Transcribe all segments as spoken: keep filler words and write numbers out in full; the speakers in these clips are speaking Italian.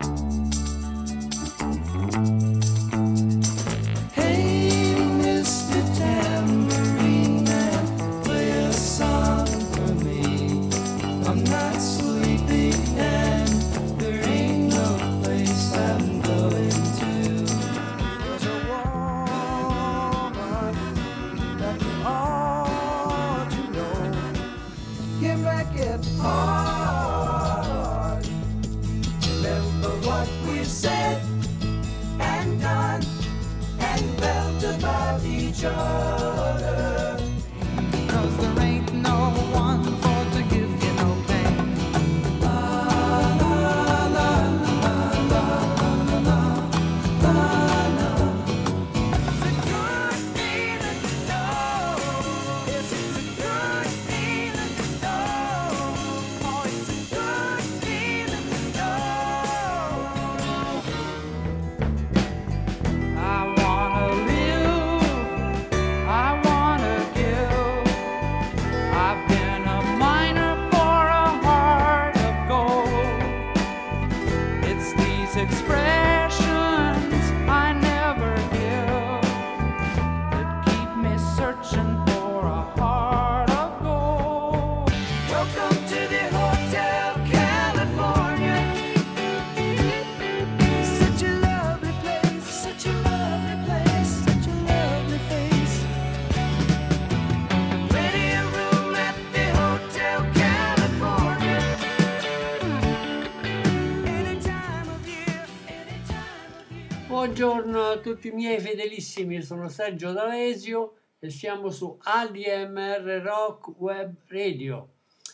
Buongiorno a tutti i miei fedelissimi, sono Sergio D'Alesio e siamo su A D M R Rock Web Radio,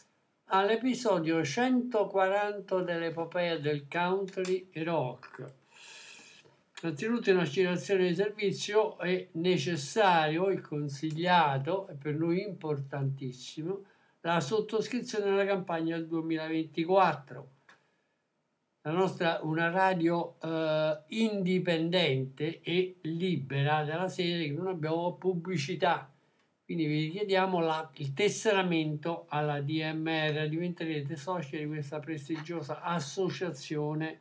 all'episodio centoquaranta dell'epopea del country e rock. Innanzitutto in una citazione di servizio è necessario, il consigliato, e per noi importantissimo, la sottoscrizione della campagna del duemilaventiquattro. La nostra una radio eh, indipendente e libera dalla sede, che non abbiamo pubblicità, quindi vi chiediamo la, il tesseramento alla D M R, diventerete soci di questa prestigiosa associazione.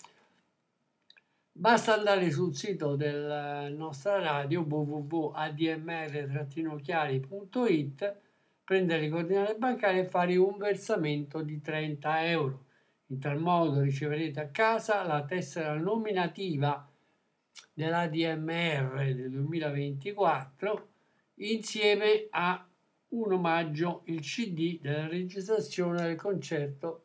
Basta andare sul sito della nostra radio w w w punto a d m r chiari punto i t, prendere le coordinate bancarie e fare un versamento di trenta euro. In tal modo riceverete a casa la tessera nominativa dell'A D M R del duemilaventiquattro insieme a un omaggio, il C D della registrazione del concerto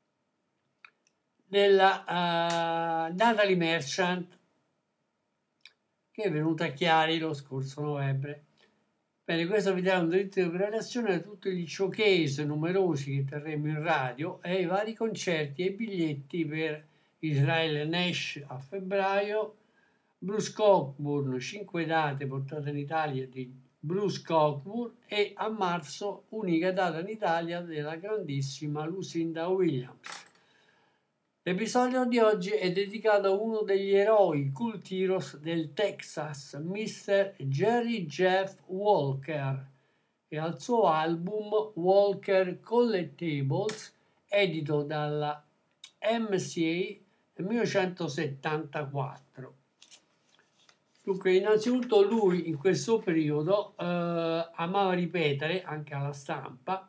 della uh, Natalie Merchant, che è venuta a Chiari lo scorso novembre. Bene, questo vi dà un diritto di prelazione a tutti gli showcase numerosi che terremo in radio e ai vari concerti e biglietti per Israele Nash a febbraio, Bruce Cockburn, cinque date portate in Italia di Bruce Cockburn, e a marzo unica data in Italia della grandissima Lucinda Williams. L'episodio di oggi è dedicato a uno degli eroi cult heroes del Texas, mister Jerry Jeff Walker, e al suo album Walker Collectibles, edito dalla M C A nel millenovecentosettantaquattro. Dunque, innanzitutto lui in questo periodo eh, amava ripetere, anche alla stampa: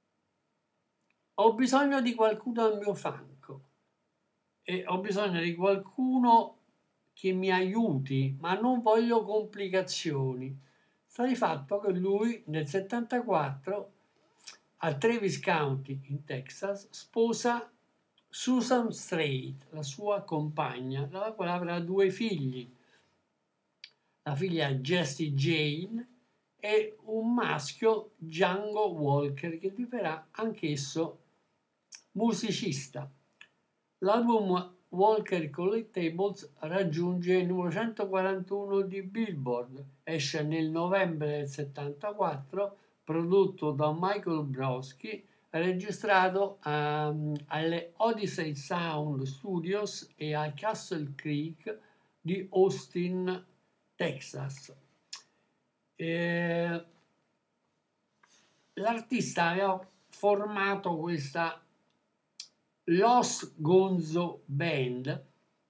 ho bisogno di qualcuno al mio fianco. E ho bisogno di qualcuno che mi aiuti, ma non voglio complicazioni. Sta di fatto che lui nel settantaquattro a Travis County in Texas sposa Susan Strait, la sua compagna, dalla quale avrà due figli, la figlia Jessie Jane e un maschio, Django Walker, che diverrà anch'esso musicista. L'album Walker Collectibles raggiunge il numero centoquarantuno di Billboard, esce nel novembre del settantaquattro, prodotto da Michael Brodsky, registrato um, alle Odyssey Sound Studios e a Castle Creek di Austin, Texas. Eh, l'artista aveva formato questa Los Gonzo Band,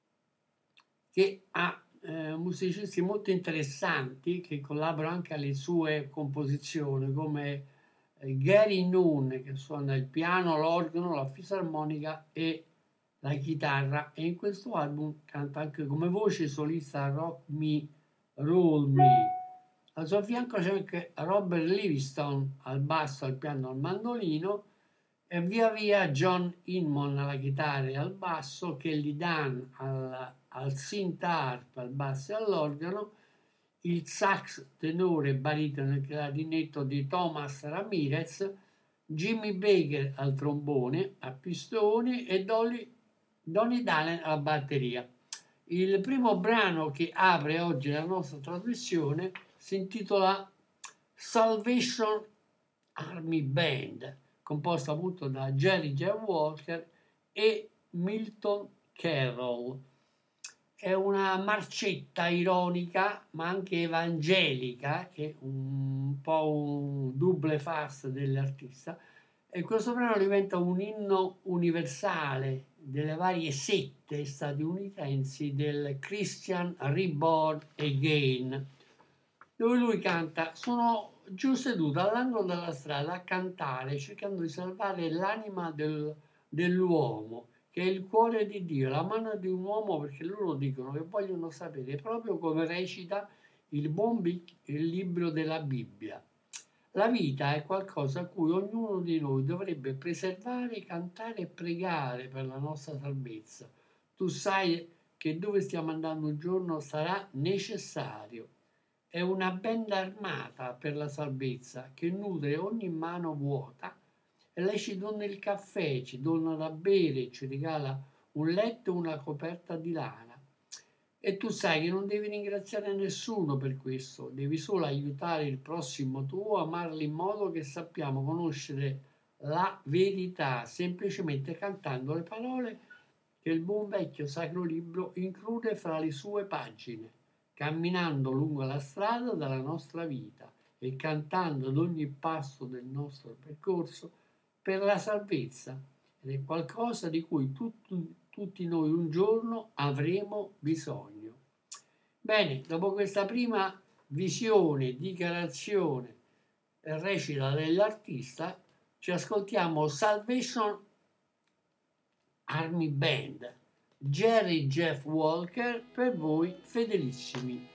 che ha eh, musicisti molto interessanti che collaborano anche alle sue composizioni, come eh, Gary Nunn, che suona il piano, l'organo, la fisarmonica e la chitarra, e in questo album canta anche come voce solista Rock Me, Roll Me. Al suo fianco c'è anche Robert Livingston al basso, al piano, al mandolino, e via via John Inman alla chitarra e al basso, Kelly Dunn al, al synth harp, al basso e all'organo, il sax tenore, baritono e clarinetto di Thomas Ramirez, Jimmy Baker al trombone, a pistoni e Dolly, Donny Dalen alla batteria. Il primo brano che apre oggi la nostra trasmissione si intitola Salvation Army Band, composta appunto da Jerry Jeff Walker e Milton Carroll. È una marcetta ironica ma anche evangelica, che è un po' un double face dell'artista, e questo brano diventa un inno universale delle varie sette statunitensi del Christian Reborn Again, dove lui canta: sono giù seduto all'angolo della strada a cantare, cercando di salvare l'anima del, dell'uomo, che è il cuore di Dio, la mano di un uomo, perché loro dicono che vogliono sapere proprio come recita il buon il libro della Bibbia. La vita è qualcosa a cui ognuno di noi dovrebbe preservare, cantare e pregare per la nostra salvezza. Tu sai che dove stiamo andando un giorno sarà necessario. È una benda armata per la salvezza che nutre ogni mano vuota, e lei ci dona il caffè, ci dona da bere, ci regala un letto e una coperta di lana. E tu sai che non devi ringraziare nessuno per questo, devi solo aiutare il prossimo tuo, amarli in modo che sappiamo conoscere la verità, semplicemente cantando le parole che il buon vecchio sacro libro include fra le sue pagine, camminando lungo la strada della nostra vita e cantando ad ogni passo del nostro percorso per la salvezza, ed è qualcosa di cui tutti, tutti noi un giorno avremo bisogno. Bene, dopo questa prima visione, dichiarazione e recita dell'artista, ci ascoltiamo Salvation Army Band, Jerry Jeff Walker, per voi fedelissimi.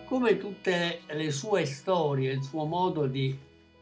come tutte le sue storie, il suo modo di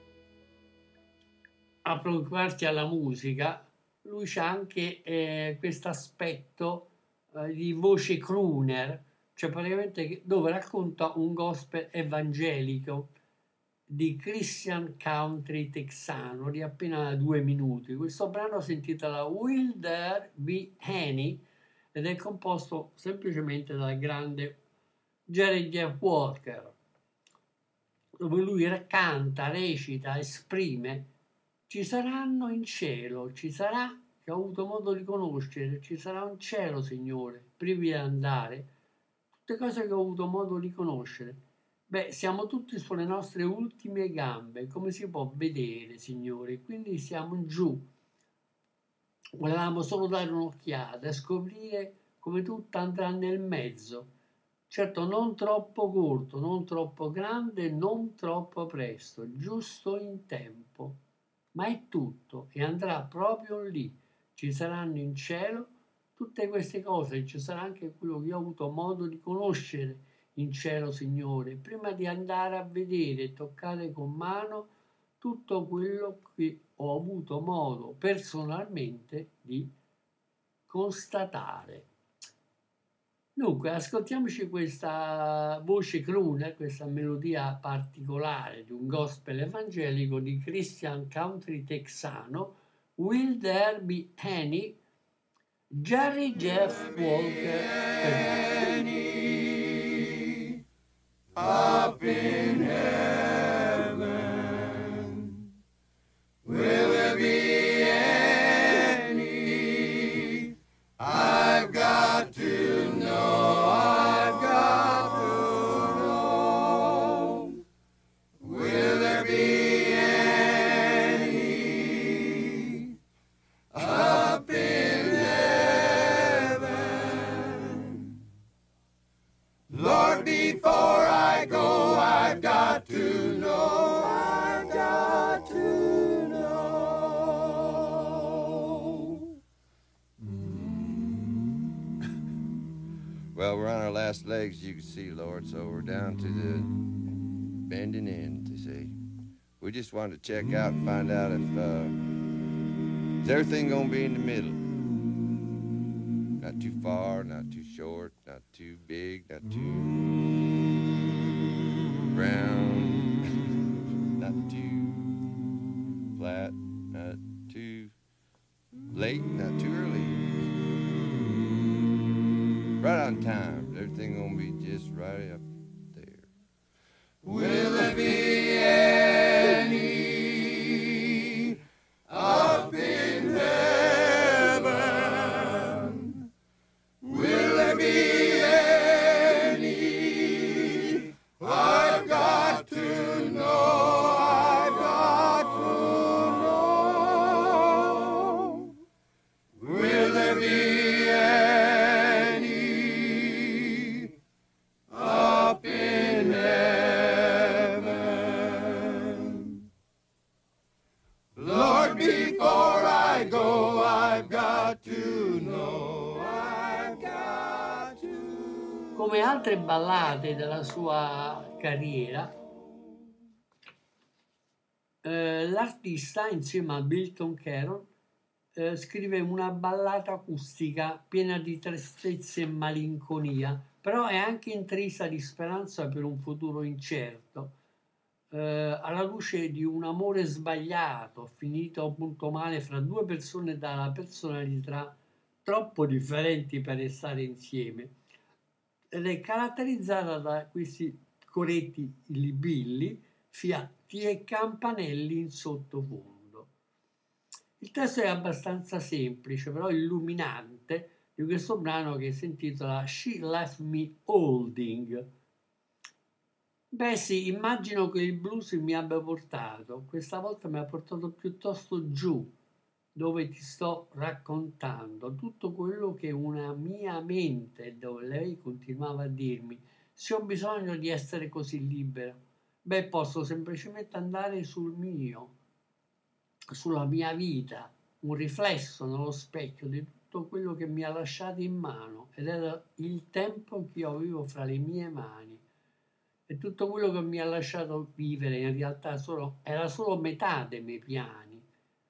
approcciarsi alla musica, lui c'ha anche eh, questo aspetto eh, di voce crooner, cioè praticamente dove racconta un gospel evangelico di Christian country texano di appena due minuti. Questo brano si intitola Will There Be Any ed è composto semplicemente dal grande Jerry Jeff Walker, dove lui canta, recita, esprime: ci saranno in cielo, ci sarà, che ho avuto modo di conoscere, ci sarà un cielo, Signore, privi di andare, tutte cose che ho avuto modo di conoscere. Beh, siamo tutti sulle nostre ultime gambe, come si può vedere, Signore, quindi siamo giù. Volevamo solo dare un'occhiata e scoprire come tutto andrà nel mezzo. Certo, non troppo corto, non troppo grande, non troppo presto, giusto in tempo. Ma è tutto e andrà proprio lì. Ci saranno in cielo tutte queste cose, ci sarà anche quello che ho avuto modo di conoscere in cielo, Signore, prima di andare a vedere e toccare con mano tutto quello che ho avuto modo personalmente di constatare. Dunque, ascoltiamoci questa voce crooner, questa melodia particolare di un gospel evangelico di Christian country texano, Will There Be Any, Jerry Jeff Walker. Up in heaven, will there be any? I've got to know, I've got to know. Will there be any up in heaven? Lord, before I go, I've got to know, I've got to know. Well, we're on our last legs, you can see, Lord, so we're down to the bending end, you see. We just wanted to check out and find out if, uh, is everything gonna be in the middle? Not too far, not too short, not too big, not too brown, not too flat, not too late, not too early. Right on time. Everything gonna be just right up there. Will there be any up in heaven? Will there be any? I've got to know, I've got to know. Will there be any up in heaven? Lord, before I go, I've got to know, I've got to. Come altre ballate della sua carriera, eh, l'artista insieme a Milton Carroll eh, scrive una ballata acustica piena di tristezza e malinconia, però è anche intrisa di speranza per un futuro incerto, eh, alla luce di un amore sbagliato, finito appunto male fra due persone dalla personalità troppo differenti per restare insieme, ed è caratterizzata da questi coretti illibilli, fiati e campanelli in sottofondo. Il testo è abbastanza semplice, però illuminante, di questo brano che si intitola She Left Me Holding. Beh sì, immagino che il blues mi abbia portato, questa volta mi ha portato piuttosto giù, dove ti sto raccontando tutto quello che una mia mente, dove lei continuava a dirmi, se ho bisogno di essere così libera, beh posso semplicemente andare sul mio, sulla mia vita, un riflesso nello specchio di tutto quello che mi ha lasciato in mano ed era il tempo che io avevo fra le mie mani. E tutto quello che mi ha lasciato vivere in realtà solo, era solo metà dei miei piani.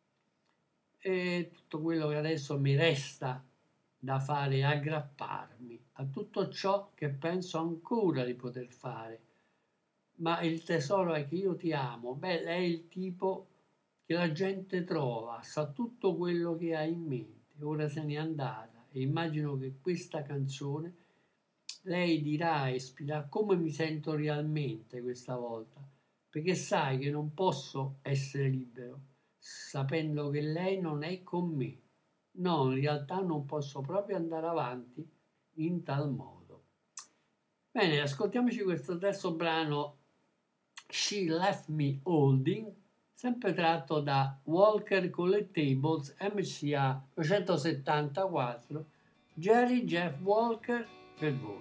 E tutto quello che adesso mi resta da fare è aggrapparmi a tutto ciò che penso ancora di poter fare. Ma il tesoro è che io ti amo. Beh, è il tipo che la gente trova, sa tutto quello che ha in mente. Ora se n'è andata e immagino che questa canzone lei dirà e ispirerà come mi sento realmente questa volta, perché sai che non posso essere libero sapendo che lei non è con me. No, in realtà non posso proprio andare avanti in tal modo. Bene, ascoltiamoci questo terzo brano, She Left Me Holding, sempre tratto da Walker Collectables M C A duecentosettantaquattro, Jerry Jeff Walker per voi.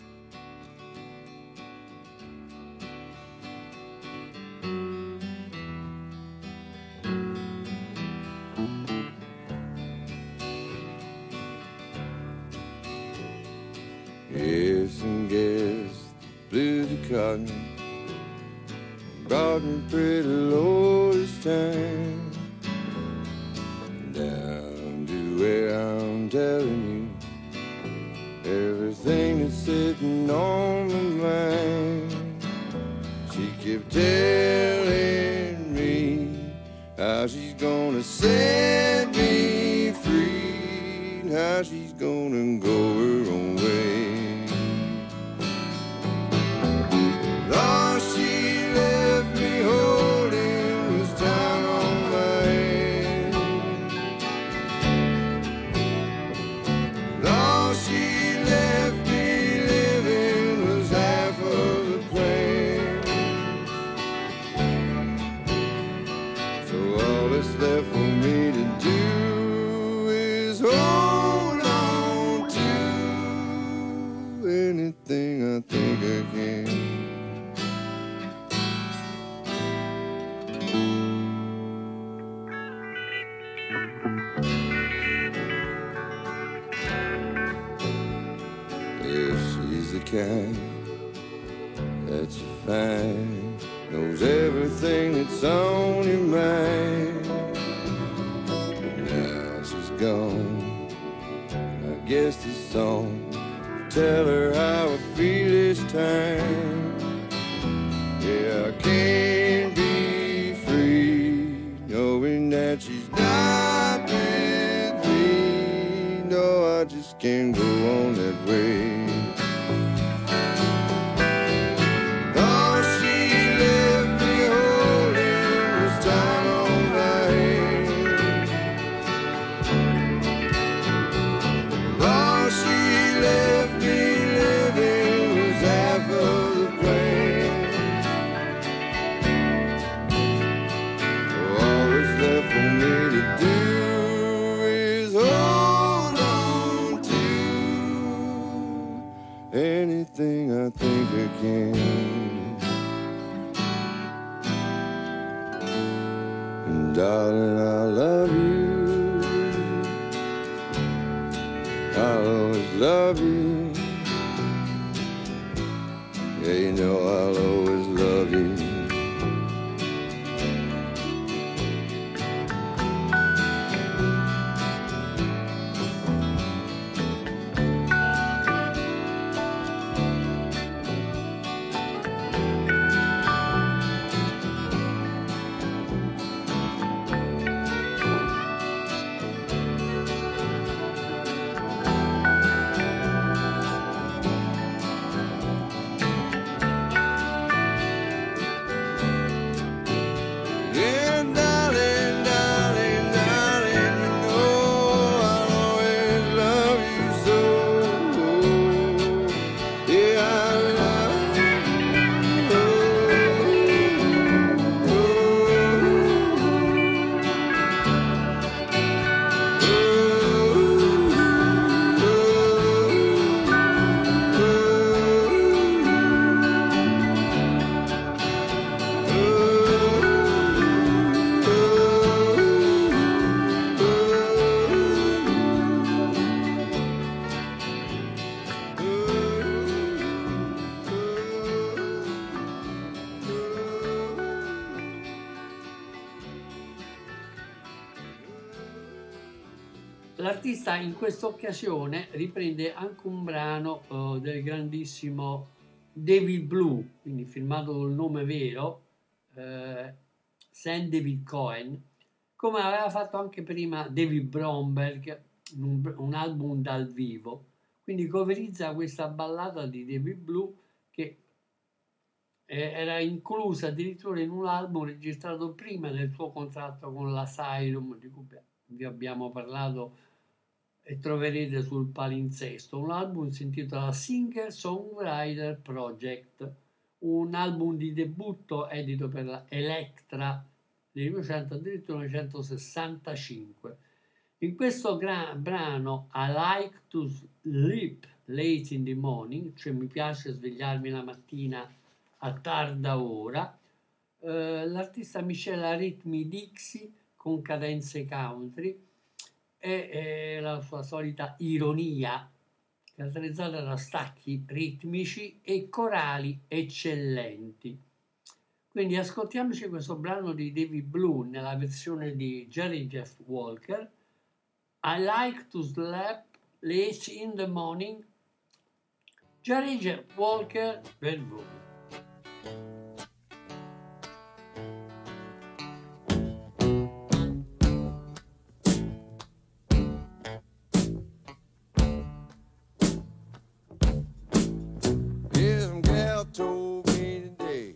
Yes, and guess blew the cotton, brought me pretty low this time, down to where I'm telling you everything that's sitting on my mind. She kept telling me how she's gonna set me free, and how she's gonna go her own way. All she left me holding was time on my hand. All she left me living was half of the plan. So all that's left for me to do is hold on to anything I think I can. Kind that you find knows everything that's on your mind. Now she's gone, I guess this song will tell her how I feel this time. Yeah, I can't be free knowing that she's not with me. No, I just can't go on that way. Anything I think I can. And darling, I love you. I'll always love you. Yeah, you know I'll always love you. l'artista in questa occasione riprende anche un brano uh, del grandissimo David Blue, quindi firmato col nome vero, eh, Sam David Cohen, come aveva fatto anche prima David Bromberg, un, un album dal vivo. Quindi coverizza questa ballata di David Blue che era inclusa addirittura in un album registrato prima del suo contratto con l'Asylum, di cui vi abbiamo parlato e troverete sul palinsesto. Un album si intitola Singer Songwriter Project, un album di debutto edito per la Elektra del Novecento, addirittura millenovecentosessantacinque. In questo gra- brano I like to sleep late in the morning, cioè mi piace svegliarmi la mattina a tarda ora, eh, l'artista miscela ritmi Dixie con cadenze country e eh, la sua solita ironia, caratterizzata da stacchi ritmici e corali eccellenti. Quindi ascoltiamoci questo brano di David Blue nella versione di Jerry Jeff Walker, I like to sleep late in the morning, Jerry Jeff Walker per voi. Told me today,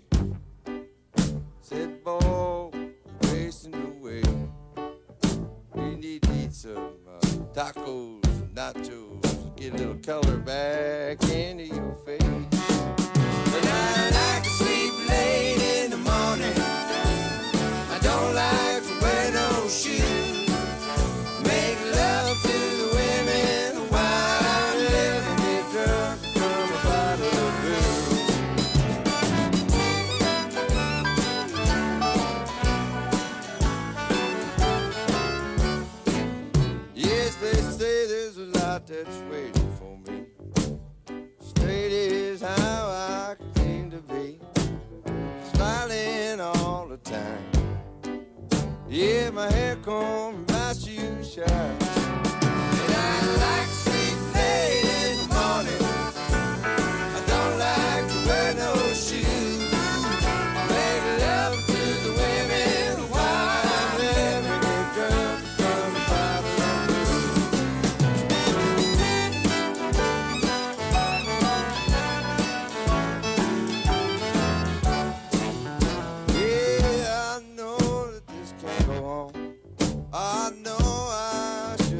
said, boy, wasting away. We need to eat some uh, tacos and nachos, get a little color back into your face. But I like to sleep late in the morning. I don't like to wear no shoes. Make love to the women while I'm living, get drunk from a bottle of booze. That's waiting for me. Straight is how I came to be, smiling all the time. Yeah, my hair combed, my shoes shine. And I like to sleep late in the morning. I don't like to wear no shoes. Make love to the women while I'm living, get drunk from the bottle of booze. I know I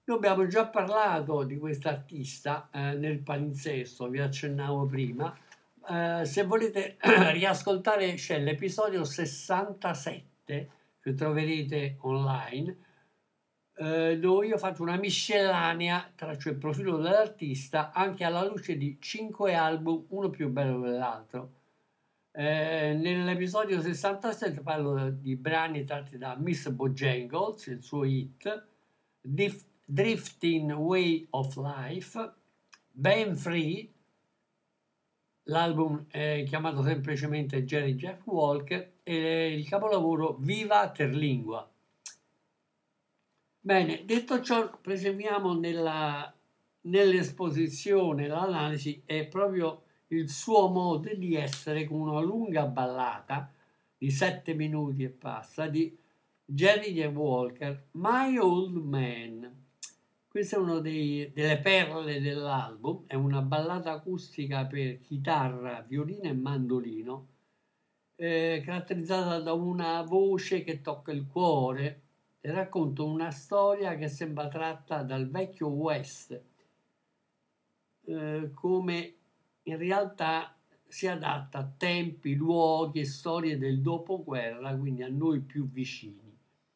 Noi abbiamo già parlato di quest'artista eh, nel palinsesto, vi accennavo prima. Eh, se volete riascoltare, c'è l'episodio sessantasette che troverete online, eh, dove io faccio una miscellanea, traccio il profilo dell'artista anche alla luce di cinque album, uno più bello dell'altro. Eh, nell'episodio sessantasette parlo di brani tratti da Miss Bojangles, il suo hit, Dif- Drifting Way of Life, Ben Free, l'album è chiamato semplicemente Jerry Jeff Walker, e il capolavoro Viva Terlingua. Bene, detto ciò, proseguiamo nella, nell'esposizione, l'analisi è proprio il suo modo di essere con una lunga ballata di sette minuti e passa di Jerry Jeff Walker, My Old Man. Questa è una delle perle dell'album, è una ballata acustica per chitarra, violino e mandolino, eh, caratterizzata da una voce che tocca il cuore e racconta una storia che sembra tratta dal vecchio West, eh, come in realtà si adatta a tempi, luoghi e storie del dopoguerra, quindi a noi più vicini.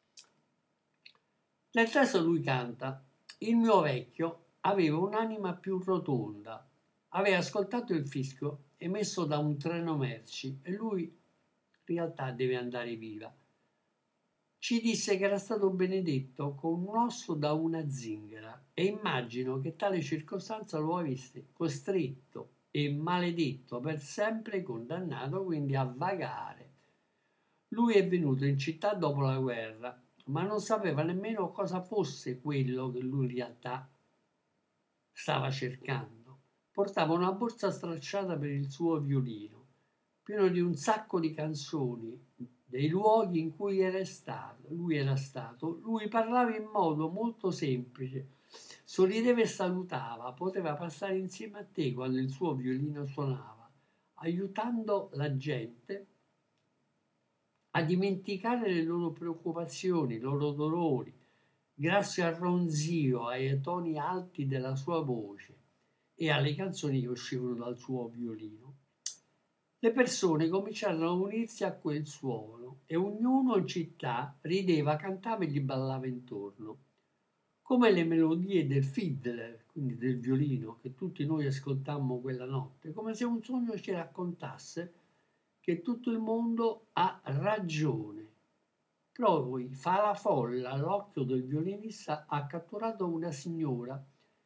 Nel testo lui canta: il mio vecchio aveva un'anima più rotonda, aveva ascoltato il fischio emesso da un treno merci e lui in realtà deve andare via. Ci disse che era stato benedetto con un osso da una zingara e immagino che tale circostanza lo avesse costretto e maledetto per sempre, condannato quindi a vagare. Lui è venuto in città dopo la guerra, ma non sapeva nemmeno cosa fosse quello che lui in realtà stava cercando. Portava una borsa stracciata per il suo violino, pieno di un sacco di canzoni, dei luoghi in cui era stato, lui era stato. Lui parlava in modo molto semplice, sorrideva e salutava, poteva passare insieme a te quando il suo violino suonava, aiutando la gente a dimenticare le loro preoccupazioni, i loro dolori, grazie al ronzio, ai toni alti della sua voce e alle canzoni che uscivano dal suo violino. Le persone cominciarono a unirsi a quel suono e ognuno in città rideva, cantava e gli ballava intorno, come le melodie del fiddler, quindi del violino, che tutti noi ascoltammo quella notte, come se un sogno ci raccontasse che tutto il mondo ha ragione. Poi fa la folla, l'occhio del violinista ha catturato una signora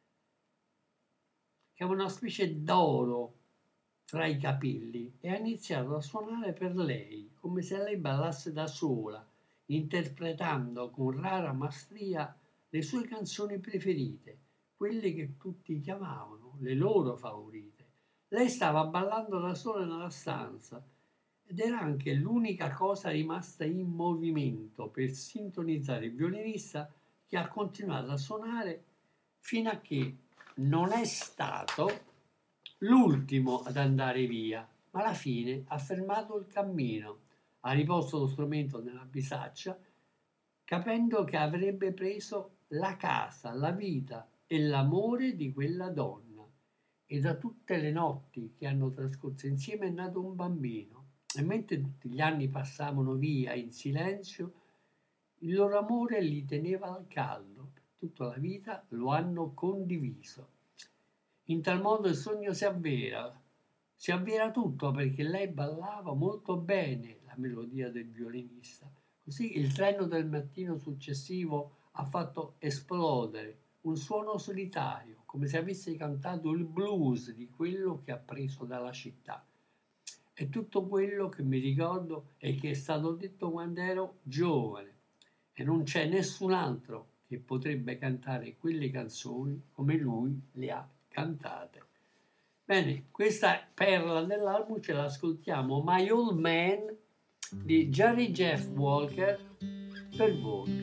che aveva una specie d'oro tra i capelli e ha iniziato a suonare per lei, come se lei ballasse da sola, interpretando con rara maestria le sue canzoni preferite, quelle che tutti chiamavano le loro favorite. Lei stava ballando da sola nella stanza ed era anche l'unica cosa rimasta in movimento per sintonizzare il violinista, che ha continuato a suonare fino a che non è stato l'ultimo ad andare via, ma alla fine ha fermato il cammino, ha riposto lo strumento nella bisaccia, capendo che avrebbe preso la casa, la vita e l'amore di quella donna. E da tutte le notti che hanno trascorso insieme è nato un bambino. E mentre tutti gli anni passavano via in silenzio, il loro amore li teneva al caldo. Per tutta la vita lo hanno condiviso. In tal modo il sogno si avvera. Si avvera tutto perché lei ballava molto bene la melodia del violinista. Così il treno del mattino successivo ha fatto esplodere un suono solitario, come se avesse cantato il blues di quello che ha preso dalla città. È tutto quello che mi ricordo e che è stato detto quando ero giovane, e non c'è nessun altro che potrebbe cantare quelle canzoni come lui le ha cantate. Bene, questa perla dell'album ce l'ascoltiamo, My Old Man di Jerry Jeff Walker, per voi.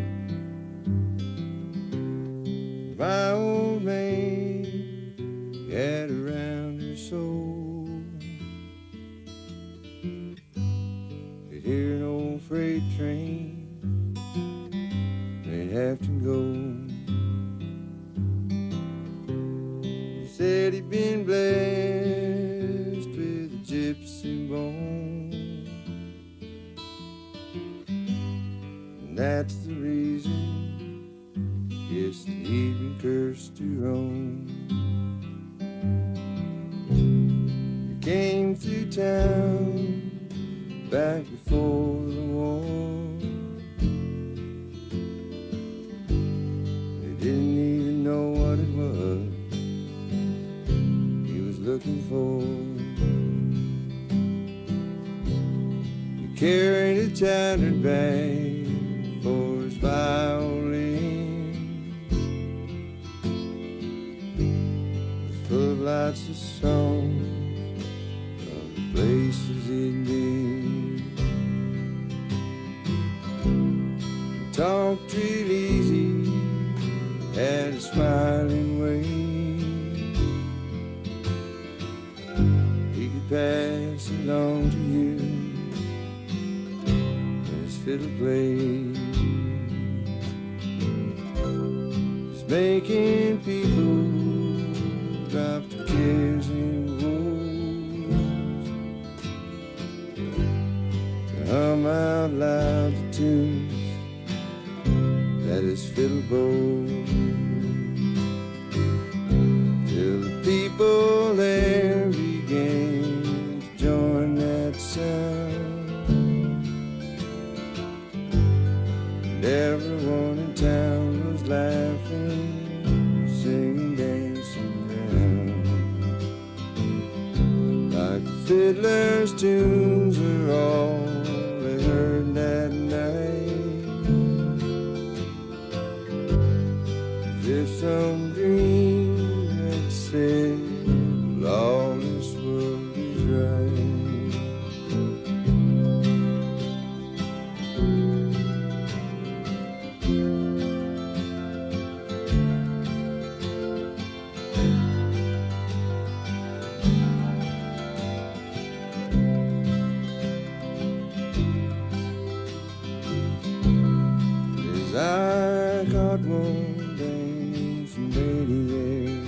My old man freight train they'd have to go. He said he'd been blessed with a gypsy bone, and that's the reason, yes, that he'd been cursed to roam. He came through town back before the war. They didn't even know what it was he was looking for. He carried a tattered bag for his violin. It was full of lots of songs of the places he'd been. Talked real easy, had a smiling way. He could pass along to you his fiddle played. He's making people drop their cares and woes, to hum out loud the tunes that is fiddle bow, till the people there began to join that sound, and everyone in town was laughing, singing, dancing around, like the fiddler's tunes are all they heard that night. If some dream had said all this world is right. As I caught one lady there,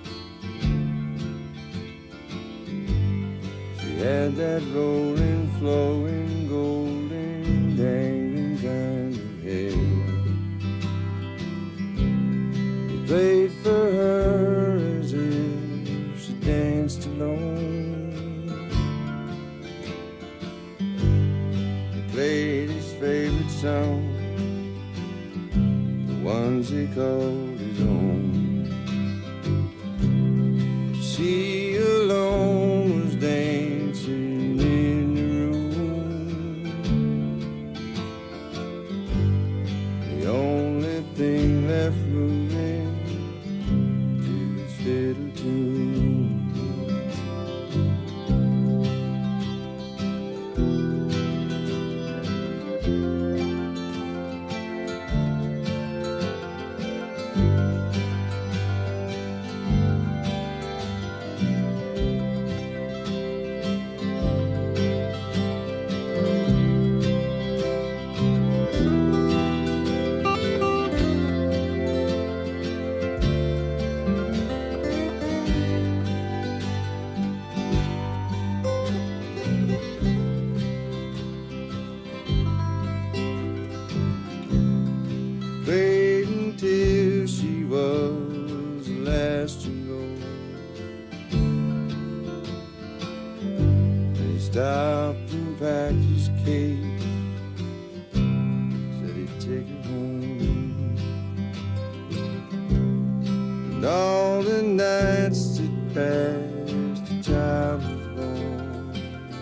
she had that rolling, flowing, golden, dangling kind of hair. He played for her as if she danced alone. He played his favorite song, the ones he called his own. She alone was dancing in the room. The only thing left moving to his fiddle tune. Played until she was the last to go. He stopped and packed his cake, said he'd take her home. And all the nights that passed, the child was born,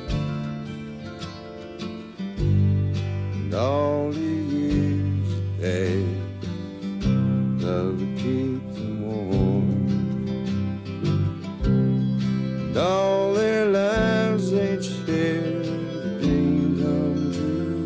and all the years that passed, love would keep them warm, and all their lives they'd share the dream come true.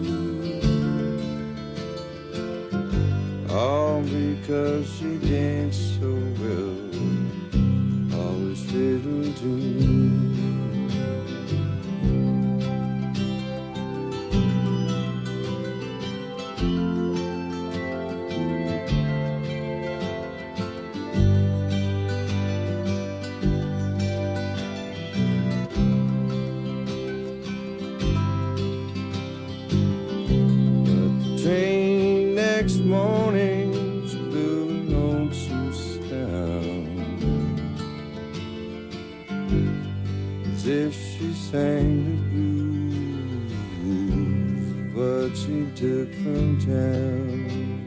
next morning's blue and lonesome sound, as if she sang the blues, what she took from town.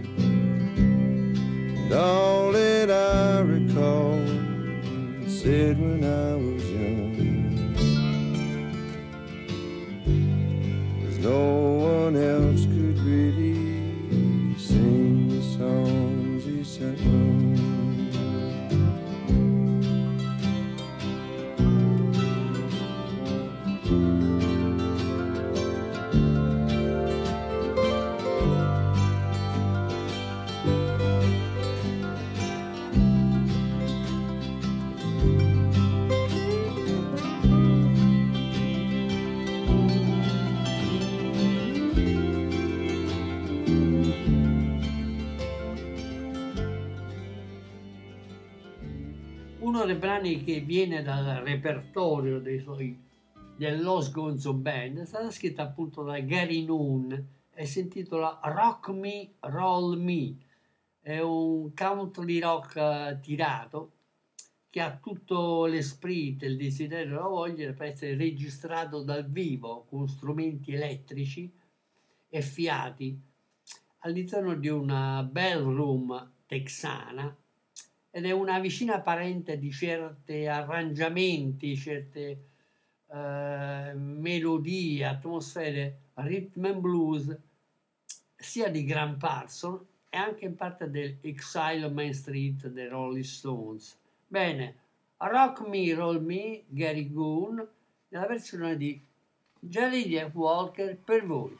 And all that I recall said when I was young was no one else could really sing the songs he sang. Uno dei brani che viene dal repertorio dei suoi dell'Los Gonzo Band è stata scritta appunto da Gary Noon e si intitola Rock Me, Roll Me. È un country rock uh, tirato che ha tutto l'esprit, il desiderio e la voglia per essere registrato dal vivo con strumenti elettrici e fiati all'interno di una ballroom texana, ed è una vicina parente di certi arrangiamenti, certe eh, melodie, atmosfere, rhythm and blues, sia di Graham Parsons e anche in parte del Exile on Main Street dei Rolling Stones. Bene, Rock Me, Roll Me, Gary Goon, nella versione di Jerry Jeff Walker per voi.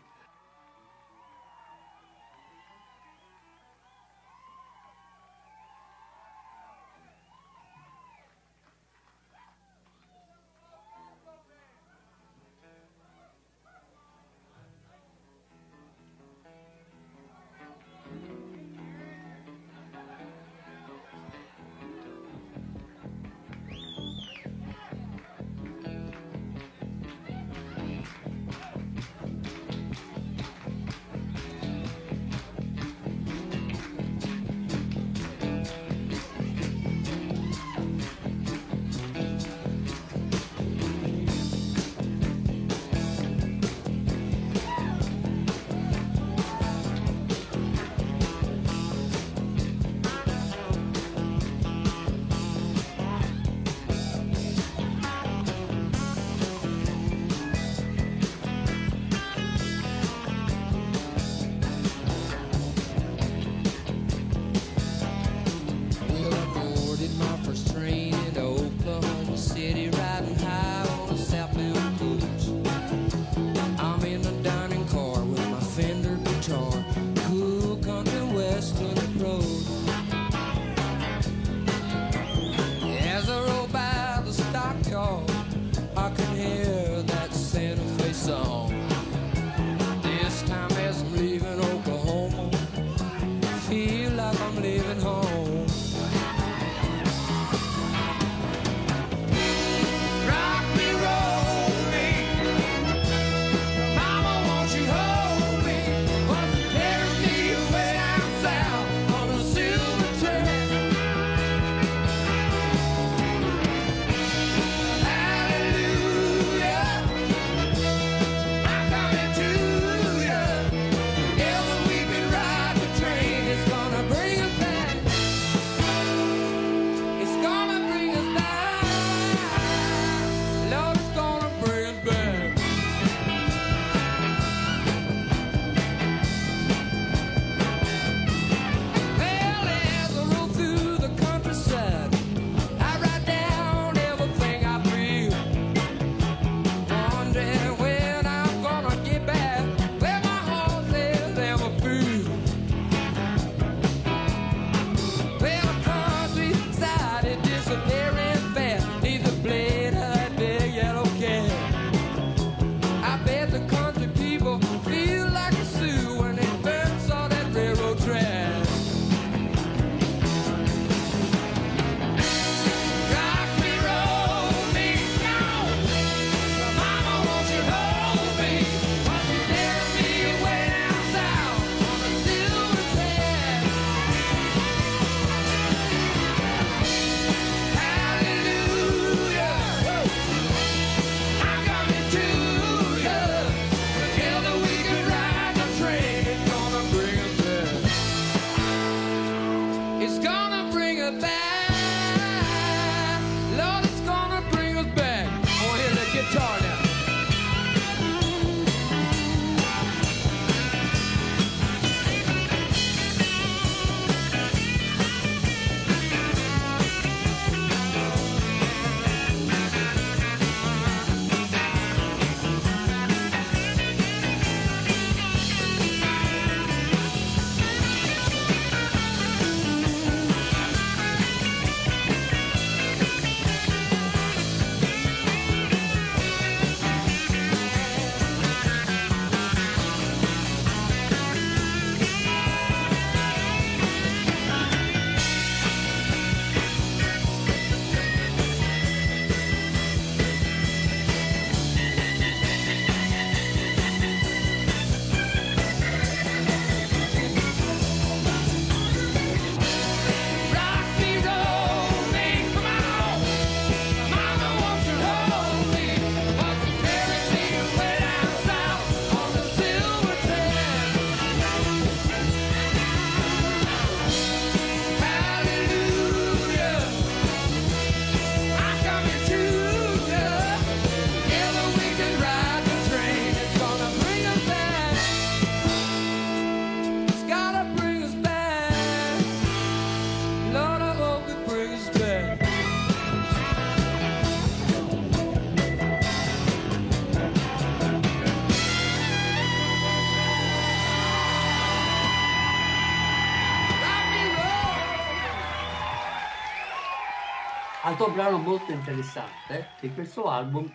altro brano molto interessante di questo album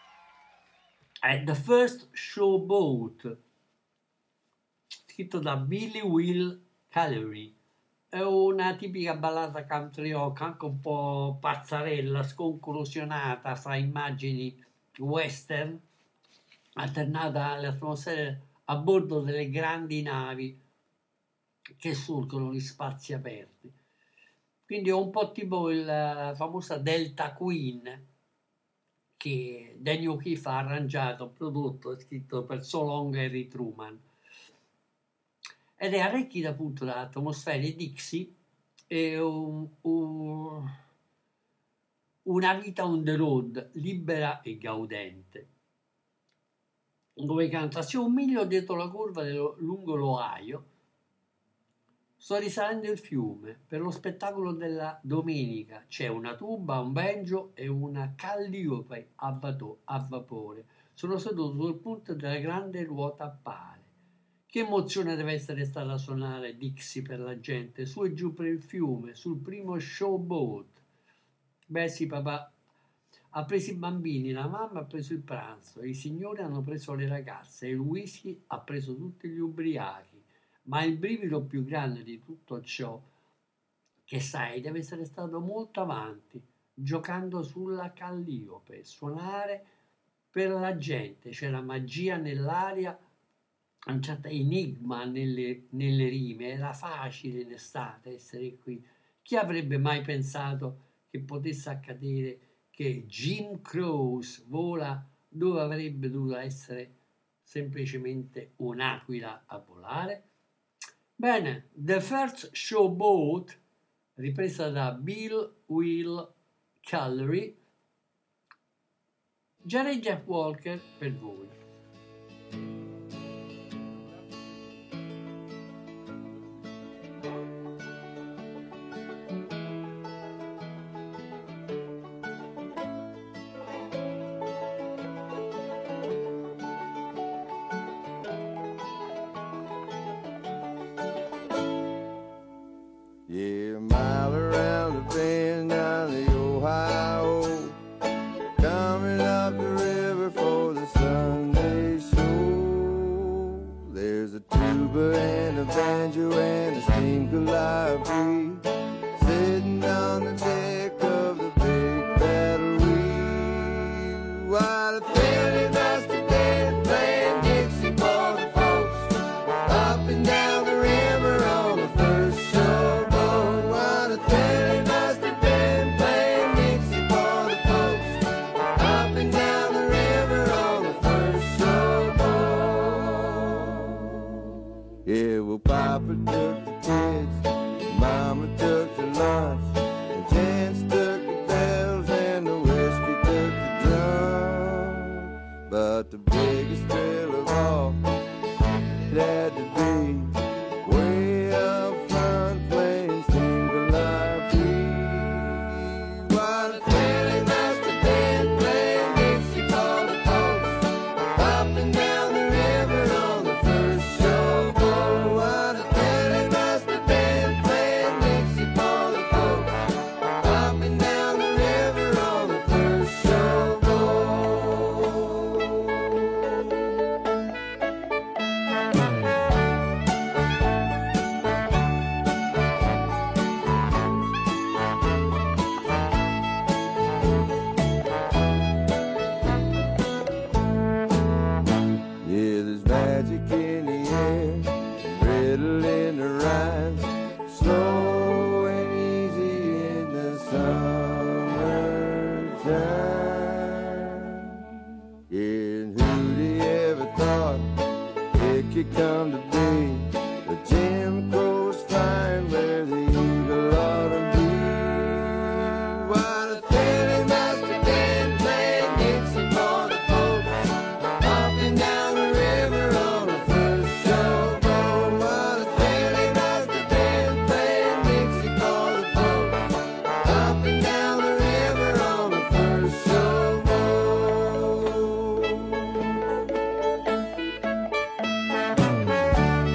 è The First Showboat, scritto da Billy Will Callery. È una tipica ballata country rock, anche un po' pazzarella, sconclusionata fra immagini western, alternata alle atmosfere a bordo delle grandi navi che surcono gli spazi aperti. Quindi è un po' tipo la famosa Delta Queen che Daniel O'Keefe ha arrangiato, prodotto e scritto per So Long Harry Truman. Ed è arricchita appunto da atmosfere Dixie e un, un, una vita on the road, libera e gaudente. Dove canta: "Sia un miglio dietro la curva dello, lungo l'Ohio, sto risalendo il fiume, per lo spettacolo della domenica c'è una tuba, un banjo e una calliope a, vato, a vapore. Sono seduto sul punto della grande ruota a pale. Che emozione deve essere stata suonare Dixie per la gente, su e giù per il fiume, sul primo showboat. Beh sì, papà ha preso i bambini, la mamma ha preso il pranzo, i signori hanno preso le ragazze, il whisky ha preso tutti gli ubriachi. Ma il brivido più grande di tutto ciò, che sai, deve essere stato molto avanti, giocando sulla Calliope, suonare per la gente. C'era magia nell'aria, un certo enigma nelle, nelle rime, era facile in estate essere qui. Chi avrebbe mai pensato che potesse accadere che Jim Croce vola dove avrebbe dovuto essere semplicemente un'aquila a volare? Bene, The First Showboat, ripresa da Bill Will Callery, Jerry Jeff Walker per voi. Yeah, a mile around the bend down the Ohio, coming up the river for the Sunday show. There's a tuba and a banjo and a steam calliope sitting on the deck of the big battery. What a thrill it must have been playing Dixie for the folks up and down the river on the first show. Yeah, well, Papa took the kids, Mama took the lunch, the gents took the bells, and the whiskey took the drum. But the biggest thrill of all, it had to be way up front playing steam calliope. What a thrill it must have been playing Dixie for the folks up and down the river on the first show. Come to be the Jim Croce flying where the eagle ought to be. What a thrill it must have been playing Dixie for the folks up and down the river on the first showboat. What a thrill it must have been playing Dixie for the folks up and down the river on the first showboat.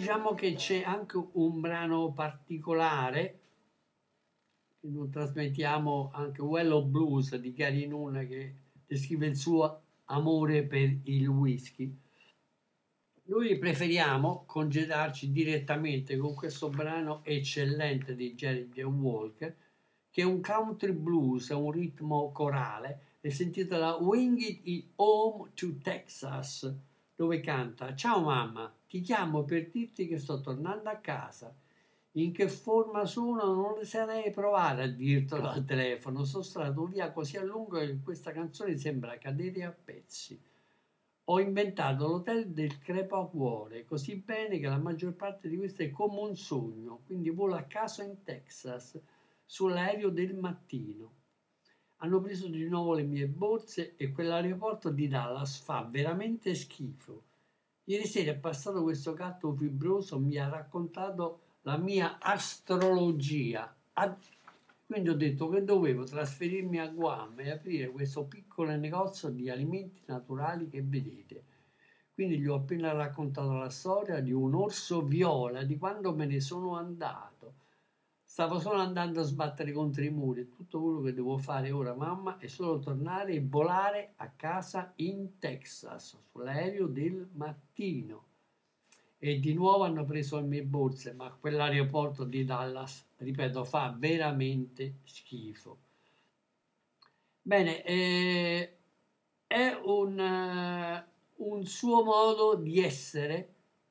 diciamo che c'è anche un brano particolare che non trasmettiamo, anche Wello Blues di Gary Nunn, che descrive il suo amore per il whisky. Noi preferiamo congedarci direttamente con questo brano eccellente di Jerry J. Walker, che è un country blues, è un ritmo corale, e si intitola Wing It Home to Texas, dove canta: ciao mamma, ti chiamo per dirti che sto tornando a casa. In che forma sono non sarei provare a dirtelo al telefono, sono stato via così a lungo che questa canzone sembra cadere a pezzi. Ho inventato l'hotel del crepacuore così bene che la maggior parte di questo è come un sogno, quindi volo a casa in Texas sull'aereo del mattino. Hanno preso di nuovo le mie borse e quell'aeroporto di Dallas fa veramente schifo. Ieri sera è passato questo gatto fibroso, mi ha raccontato la mia astrologia. Quindi ho detto che dovevo trasferirmi a Guam e aprire questo piccolo negozio di alimenti naturali che vedete. Quindi gli ho appena raccontato la storia di un orso viola, di quando me ne sono andato. Stavo solo andando a sbattere contro i muri. Tutto quello che devo fare ora, mamma, è solo tornare e volare a casa in Texas, sull'aereo del mattino. E di nuovo hanno preso le mie borse, ma quell'aeroporto di Dallas, ripeto, fa veramente schifo. Bene, eh, è un, uh, un suo modo di essere,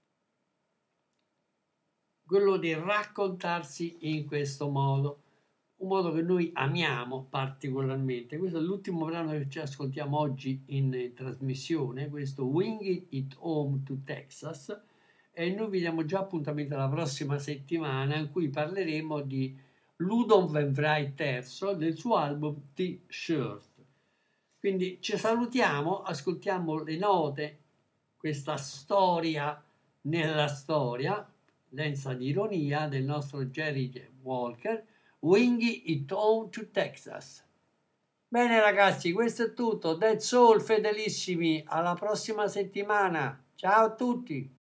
quello di raccontarsi in questo modo, un modo che noi amiamo particolarmente. Questo è l'ultimo brano che ci ascoltiamo oggi in eh, trasmissione, questo Wing It Home to Texas, e noi vi diamo già appuntamento la prossima settimana in cui parleremo di Ludon Van Wright terzo del suo album T-Shirt. Quindi ci salutiamo, ascoltiamo le note, questa storia nella storia, lenza di ironia del nostro Jerry J. Walker, Wing It Home to Texas. Bene ragazzi, questo è tutto, that's all fedelissimi, alla prossima settimana, ciao a tutti!